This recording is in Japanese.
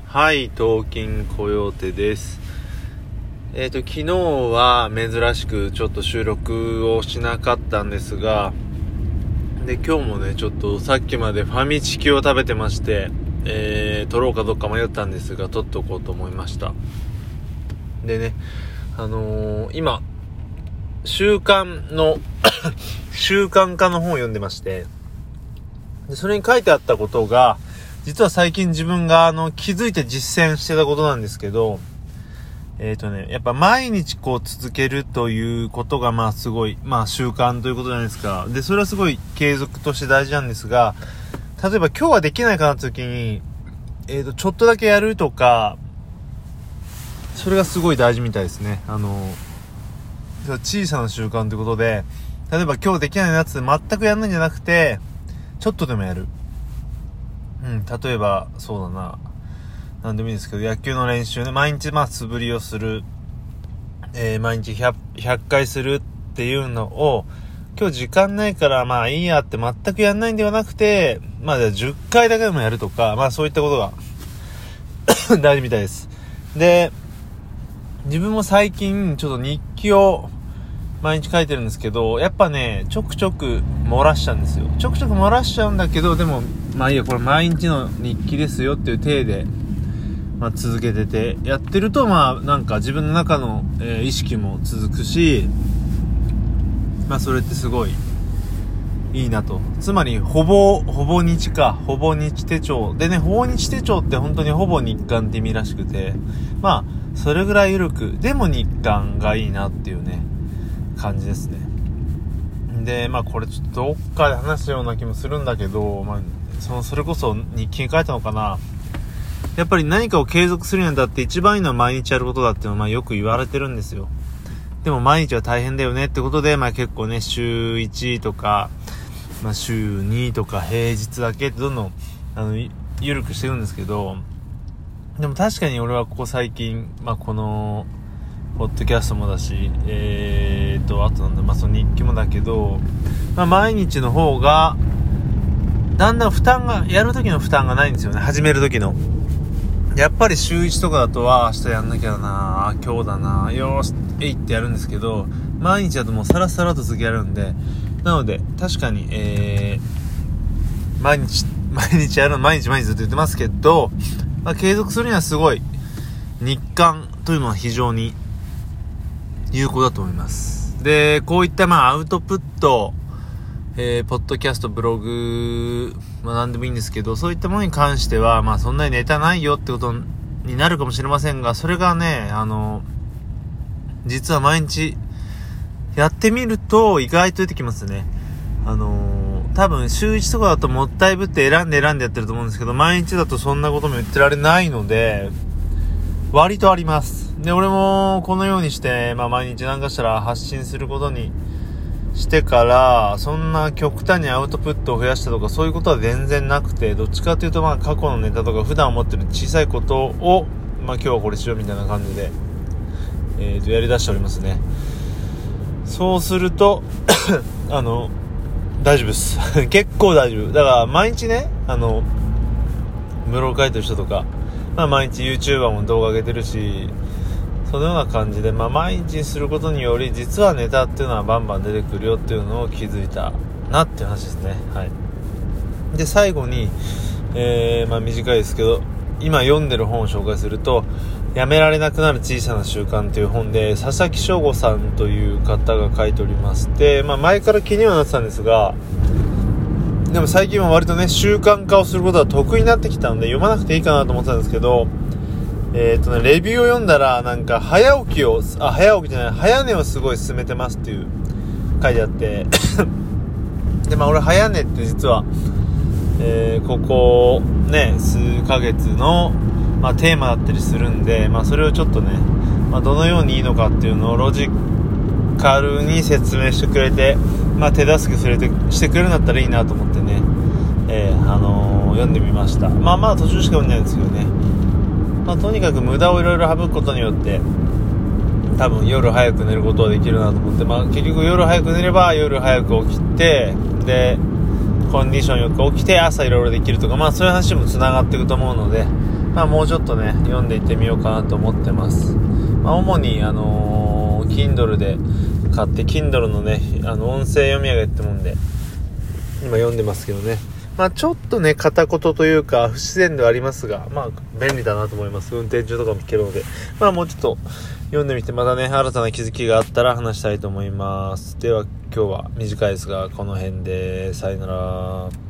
はい、東京コヨーテです。昨日は珍しくちょっと収録をしなかったんですが、で、今日もね、ちょっとさっきまでファミチキを食べてまして、撮ろうかどうか迷ったんですが、撮っとこうと思いました。でね、今、習慣の、習慣化の本を読んでまして、で、それに書いてあったことが、実は最近自分が気づいて実践してたことなんですけど、やっぱ毎日続けるということがすごい習慣ということじゃないですか。で、それはすごい継続として大事なんですが、例えば今日はできないかなって時に、ちょっとだけやるとか、それがすごい大事みたいですね。小さな習慣ということで、例えば今日できないやつ全くやんないんじゃなくて、ちょっとでもやる。例えばそうだな、なんでもいいんですけど、野球の練習ね、毎日素振りをする、毎日 100回するっていうのを、今日時間ないからいいやって全くやんないんではなくて、じゃあ10回だけでもやるとか、そういったことが大事みたいです。で、自分も最近ちょっと日記を毎日書いてるんですけど、やっぱね、ちょくちょく漏らしちゃうんですよ。ちょくちょく漏らしちゃうんだけど、でもいいや、これ毎日の日記ですよっていう体で、続けててやってると、なんか自分の中の、意識も続くし、それってすごいいいなと。つまりほぼ日手帳でね、ほぼ日手帳って本当にほぼ日刊って意味らしくて、それぐらい緩くでも日刊がいいなっていうね感じですね。で、これちょっとどっかで話したような気もするんだけど、それこそ日記に書いたのかな。やっぱり何かを継続するにあたって一番いいのは毎日やることだっていうのはよく言われてるんですよ。でも毎日は大変だよねってことで、結構ね、週1とか、週2とか平日だけってどんどん緩くしてるんですけど、でも確かに俺はここ最近、このポッドキャストもだし、あとその日記もだけど、毎日の方がだんだんやる時の負担がないんですよね。始める時の。やっぱり週1とかだと明日やんなきゃだな、今日だな、よーしってやるんですけど、毎日だともうサラサラと続けられるんで、なので確かに、毎日やるの毎日ずっと言ってますけど、継続するにはすごい日刊というのは非常に有効だと思います。で、こういったアウトプット、ポッドキャスト、ブログ、何でもいいんですけど、そういったものに関してはそんなにネタないよってことになるかもしれませんが、それがね、実は毎日やってみると意外と出てきますね。多分週1とかだともったいぶって選んでやってると思うんですけど、毎日だとそんなことも言ってられないので、割とあります。で、俺もこのようにして、毎日何かしたら発信することにしてから、そんな極端にアウトプットを増やしたとかそういうことは全然なくて、どっちかというと過去のネタとか普段思ってる小さいことを今日はこれしようみたいな感じでやり出しておりますね。そうすると大丈夫です結構大丈夫だから、毎日ね、ブログ書いてる人とか、毎日 YouTuber も動画上げてるし、そのような感じで、毎日にすることにより実はネタっていうのはバンバン出てくるよっていうのを気づいたなっていう話ですね。はい。で、最後に、短いですけど、今読んでる本を紹介すると、やめられなくなる小さな習慣という本で、佐々木翔吾さんという方が書いておりまして、前から気にはなってたんですが、でも最近は割とね、習慣化をすることが得意になってきたので、読まなくていいかなと思ってたんですけど、レビューを読んだら、早寝をすごい勧めてますっていう書いてあってで、俺早寝って実は、ここね数ヶ月の、テーマだったりするんで、それをちょっとね、どのようにいいのかっていうのをロジカルに説明してくれて、手助けしてくれるんだったらいいなと思ってね、読んでみました。途中しか読んでないんですけどね、とにかく無駄をいろいろ省くことによって多分夜早く寝ることはできるなと思って、結局夜早く寝れば夜早く起きて、でコンディションよく起きて朝いろいろできるとか、そういう話もつながっていくと思うので、 もうちょっとね読んでいってみようかなと思ってます。主にKindle で買って Kindle のね音声読み上げってもんで今読んでますけどね。ちょっとね片言というか不自然ではありますが便利だなと思います。運転中とかも聞けるのでもうちょっと読んでみてまたね新たな気づきがあったら話したいと思います。では今日は短いですがこの辺でさよなら。